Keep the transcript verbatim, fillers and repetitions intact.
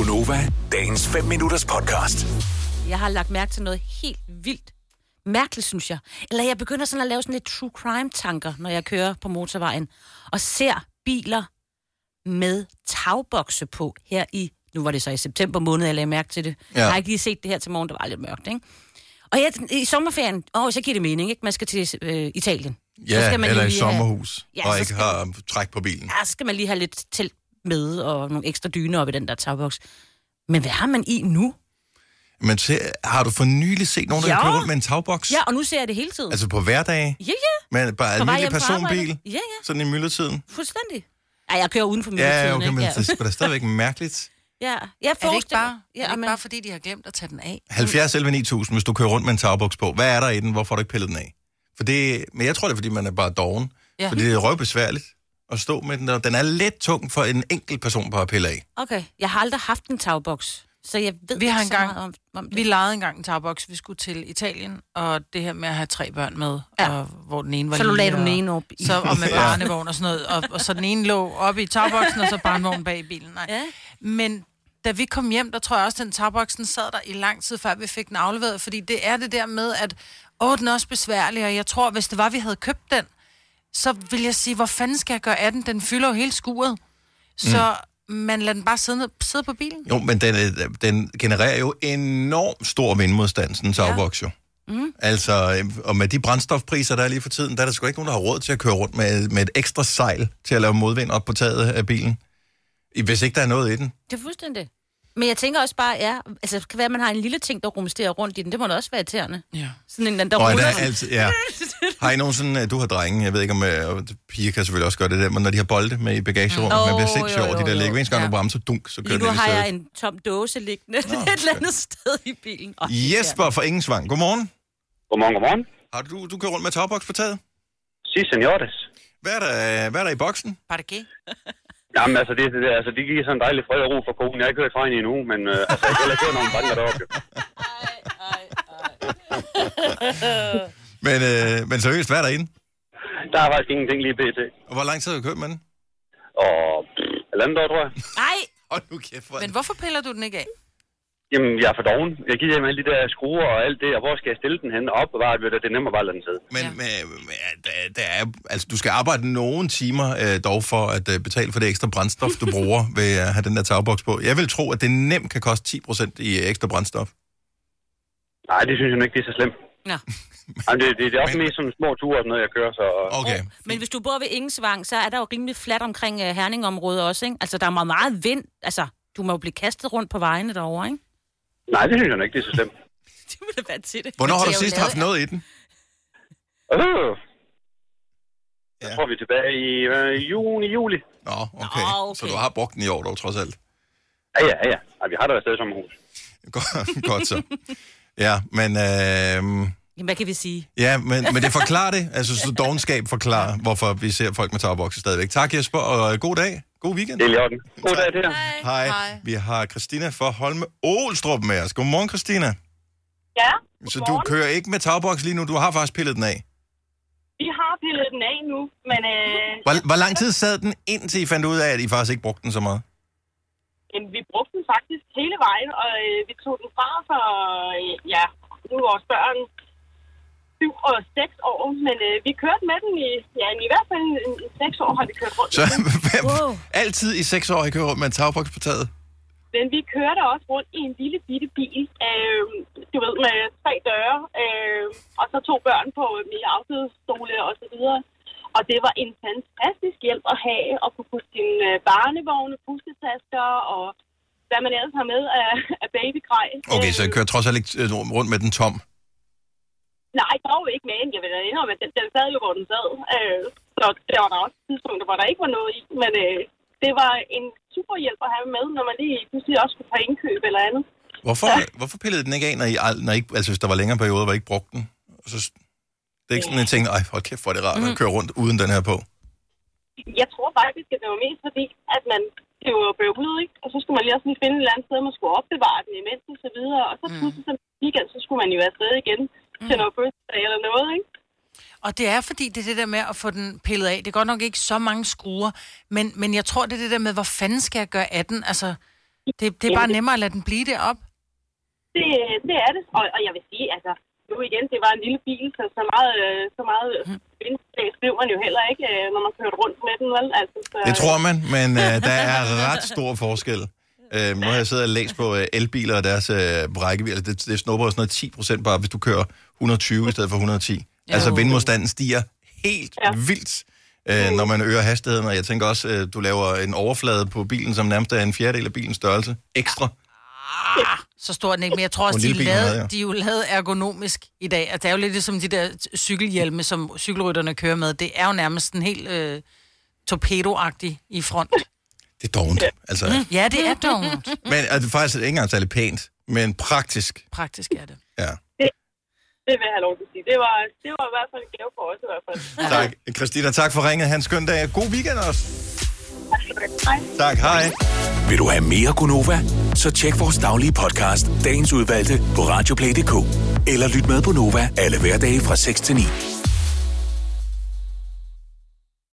Gunova, dagens fem minutters podcast. Jeg har lagt mærke til noget helt vildt mærkeligt, synes jeg. Eller jeg begynder sådan at lave sådan lidt true crime-tanker, når jeg kører på motorvejen, og ser biler med tagbokse på her i, nu var det så i september måned, jeg lagde mærke til det. Ja. Jeg har ikke lige set det her til morgen, det var lidt mørkt, ikke? Og jeg, i sommerferien, åh, så giver det mening, ikke? Man skal til øh, Italien. Ja, skal man eller i have, sommerhus, ja, og ikke skal, har træk på bilen. Ja, så skal man lige have lidt telt med, og nogle ekstra dyner op i den der tagboks. Men hvad har man i nu? Men se, har du for nylig set nogen, der ja. kører rundt med en tagboks? Ja, og nu ser jeg det hele tiden. Altså på hverdage? Ja, ja. Men bare almindelig personbil? Ja, ja. Sådan i myldretiden? Fuldstændig. Ej, jeg kører uden for myldretiden, ja, okay, ikke? men Ja, det er stadigvæk mærkeligt. Ja, jeg er det ikke bare, ja, er det ikke men... bare fordi, de har glemt at tage den af? halvfjerds elleve ni tusind, hvis du kører rundt med en tagboks på. Hvad er der i den? Hvorfor har du ikke pillet den af? For det, men jeg tror, det er, fordi man er bare doven. Ja. Fordi det er røvbesværligt at stå med den der. Den er lidt tung for en enkelt person bare at pille af. Okay, jeg har aldrig haft en tagboks, så jeg ved vi ikke har så engang, meget om, om det. Vi lejede engang en tagboks, vi skulle til Italien, og det her med at have tre børn med, ja. og, hvor den ene var så lille. Så lagde du den ene op i. Så, og med barnevogn og sådan noget, og, og så den ene lå oppe i tagboksen, og så barnevogn bag i bilen. Nej. Ja. Men da vi kom hjem, der tror jeg også, at den tagboksen sad der i lang tid, før vi fik den afleveret, fordi det er det der med, at åh, den er også besværlig, og jeg tror, hvis det var, vi havde købt den, så vil jeg sige, hvor fanden skal jeg gøre af den? Den fylder jo hele skuret. Så mm. man lader den bare sidde, sidde på bilen. Jo, men den, den genererer jo enormt stor vindmodstand, sådan en tagboks jo. Mm. Altså, og med de brændstofpriser, der er lige for tiden, der er der sgu ikke nogen, der har råd til at køre rundt med, med et ekstra sejl til at lave modvind op på taget af bilen. Hvis ikke der er noget i den. Det er fuldstændig. Men jeg tænker også bare, ja, altså det kan være, at man har en lille ting, der rumsterer rundt i den. Det må da også være irriterende. Ja. Sådan en, der ruller. Der er altid, ja. Har I nogen sådan, du har drenge, jeg ved ikke om, og piger kan selvfølgelig også gøre det der, men når de har bolde med i bagagerummet, mm. man bliver sindssygt over de der ligger. Hvis gang du bremser, dunk, så kører det lige nu har jeg en tom dåse liggende Nå, et eller andet sted i bilen. Oh, Jesper fra Engelsvang, godmorgen. Godmorgen, godmorgen. Har du, du kører rundt med tagboks på taget? Si, senores. Hvad er der, hvad er der i boksen? Var det gay? Jamen, altså, det, det, altså, de giver sådan en dejlig fred og ro for konen. Jeg har ikke hørt fra hende endnu, men øh, altså, jeg kan heller køre nogle banker deroppe. Ej, ej, ej. men, øh, men seriøst, hvad er der inde? Der er faktisk ingenting lige pt. Og hvor lang tid har du kørt med den? Og halvandet år, tror jeg. Nej! Hold nu kæft, men hvorfor piller du den ikke af? Jamen, jeg er for doven. Jeg giver med alle de der skruer og alt det, og hvor skal jeg stille den hen? Opbevaret ved det, det er nemmere bare at lade den sidde. Men, ja. men, men der, der er, altså, du skal arbejde nogle timer øh, dog for at øh, betale for det ekstra brændstof, du bruger ved at have den der tagboks på. Jeg vil tro, at det nemt kan koste ti procent i ekstra brændstof. Nej, det synes jeg ikke, det er så slemt. Ja. Jamen, det, det, det er også men... mest sådan små ture, når jeg kører, så... Okay. Oh, men hvis du bor ved Engelsvang, så er der jo rimelig fladt omkring uh, Herningområdet også, ikke? Altså, der er meget, meget vind. Altså, du må jo blive kastet rundt på vejene derovre, ikke? Nej, det synes jeg ikke, det er så slemt. Det må da være til det. Hvornår har du sidst haft noget i den? Øh. Jeg tror, vi er tilbage i øh, juni, juli. Nå, okay. Nå, okay. Så du har brugt den i år, dog, trods alt? Ja, ja, ja. ja vi har da været stadig sommerhus. Godt, godt så. Ja, men... Øh... Jamen, hvad kan vi sige? Ja, men, men det forklarer det. Altså, så dovenskab forklarer, hvorfor vi ser folk med tagbokse stadigvæk. Tak, Jesper, og god dag. God weekend. Det er i orden. God dag til jer. Hej. Hej. Vi har Christina fra Holme Ålstrup med os. Godmorgen, Christina. Ja, godmorgen. Så du kører ikke med tagboks lige nu? Du har faktisk pillet den af? Vi har pillet den af nu, men... Øh, hvor, hvor lang tid sad den, indtil I fandt ud af, at I faktisk ikke brugte den så meget? Jamen, vi brugte den faktisk hele vejen, og øh, vi tog den fra for, øh, ja, nu er vores børn syv og seks år, men øh, vi kørte med den i, ja, i hvert fald i, i seks år har vi kørt rundt. Så wow. Altid i seks år har I kørt rundt med en tagboks på taget? Men vi kørte også rundt i en lille bitte bil, øh, du ved, med tre døre, øh, og så to børn på med autostole og så videre. Og det var en fantastisk hjælp at have, at kunne putte sine barnevogne, pustetasker og hvad man ellers har med af, af babygrej. Okay, så I kører trods alt ikke rundt med den tom? Nej, dog ikke med en. Jeg vil da indrømme, at den, den sad jo, hvor den sad. Øh, så der var der også tidspunkter, hvor der ikke var noget i. Men øh, det var en super hjælp at have med, når man lige pludselig også skulle på indkøb eller andet. Hvorfor, ja. hvorfor pillede den ikke af, når I, når I, altså hvis der var længere perioder, hvor I ikke brugte den? Og så, det er ikke sådan en ting, ej, hold kæft, hvor er det rart, mm. at køre rundt uden den her på. Jeg tror faktisk, at det var mest fordi, at man det var bøvlet, ikke? Og så skulle man lige også lige finde et eller andet sted, man skulle opbevare den imens og så videre. Og så pludselig mm. så weekend, så skulle man jo være afsted igen mm. til noget fødselsdag eller noget, ikke? Og det er fordi, det er det der med at få den pillet af. Det er godt nok ikke så mange skruer, men, men jeg tror, det er det der med, hvor fanden skal jeg gøre af den? Altså, Det, det er bare nemmere at lade den blive deroppe. Det, det er det, og, og jeg vil sige, altså, nu igen, det var en lille bil, så, så meget, så meget vindstæs blev man jo heller ikke, når man kørte rundt med den, vel? Altså, så... Det tror man, men uh, der er ret stor forskel. Uh, nu har jeg siddet og læst på uh, elbiler og deres uh, rækkevidde. Det, det snupper sådan noget ti procent bare, hvis du kører et hundrede og tyve i stedet for et hundrede og ti. Jo. Altså vindmodstanden stiger helt ja. vildt, uh, når man øger hastigheden. Og jeg tænker også, uh, du laver en overflade på bilen, som nærmest er en fjerdedel af bilens størrelse. Ekstra. Ah, så stor den ikke, men jeg tror også, de, bil, lavet, ja. de er jo lavet ergonomisk i dag. Altså, det er jo lidt ligesom de der cykelhjelme, som cykelrytterne kører med. Det er jo nærmest en helt øh, torpedo-agtig i front. Det er dovent. Altså. Mm, ja, det er dovent. Men altså, faktisk er det ikke engang særlig pænt, men praktisk. Praktisk er det. Ja. Det, det vil jeg have lov til at sige. Det var, det var i hvert fald en gave for os i hvert fald. Tak. Christina, tak for ringet. Han skøn dag. God weekend også. Hej. Tak, hej. Vil du have mere Gunova? Så tjek vores daglige podcast, dagens udvalgte, på radioplay punktum d k. Eller lyt med på Nova alle hverdage fra seks til ni.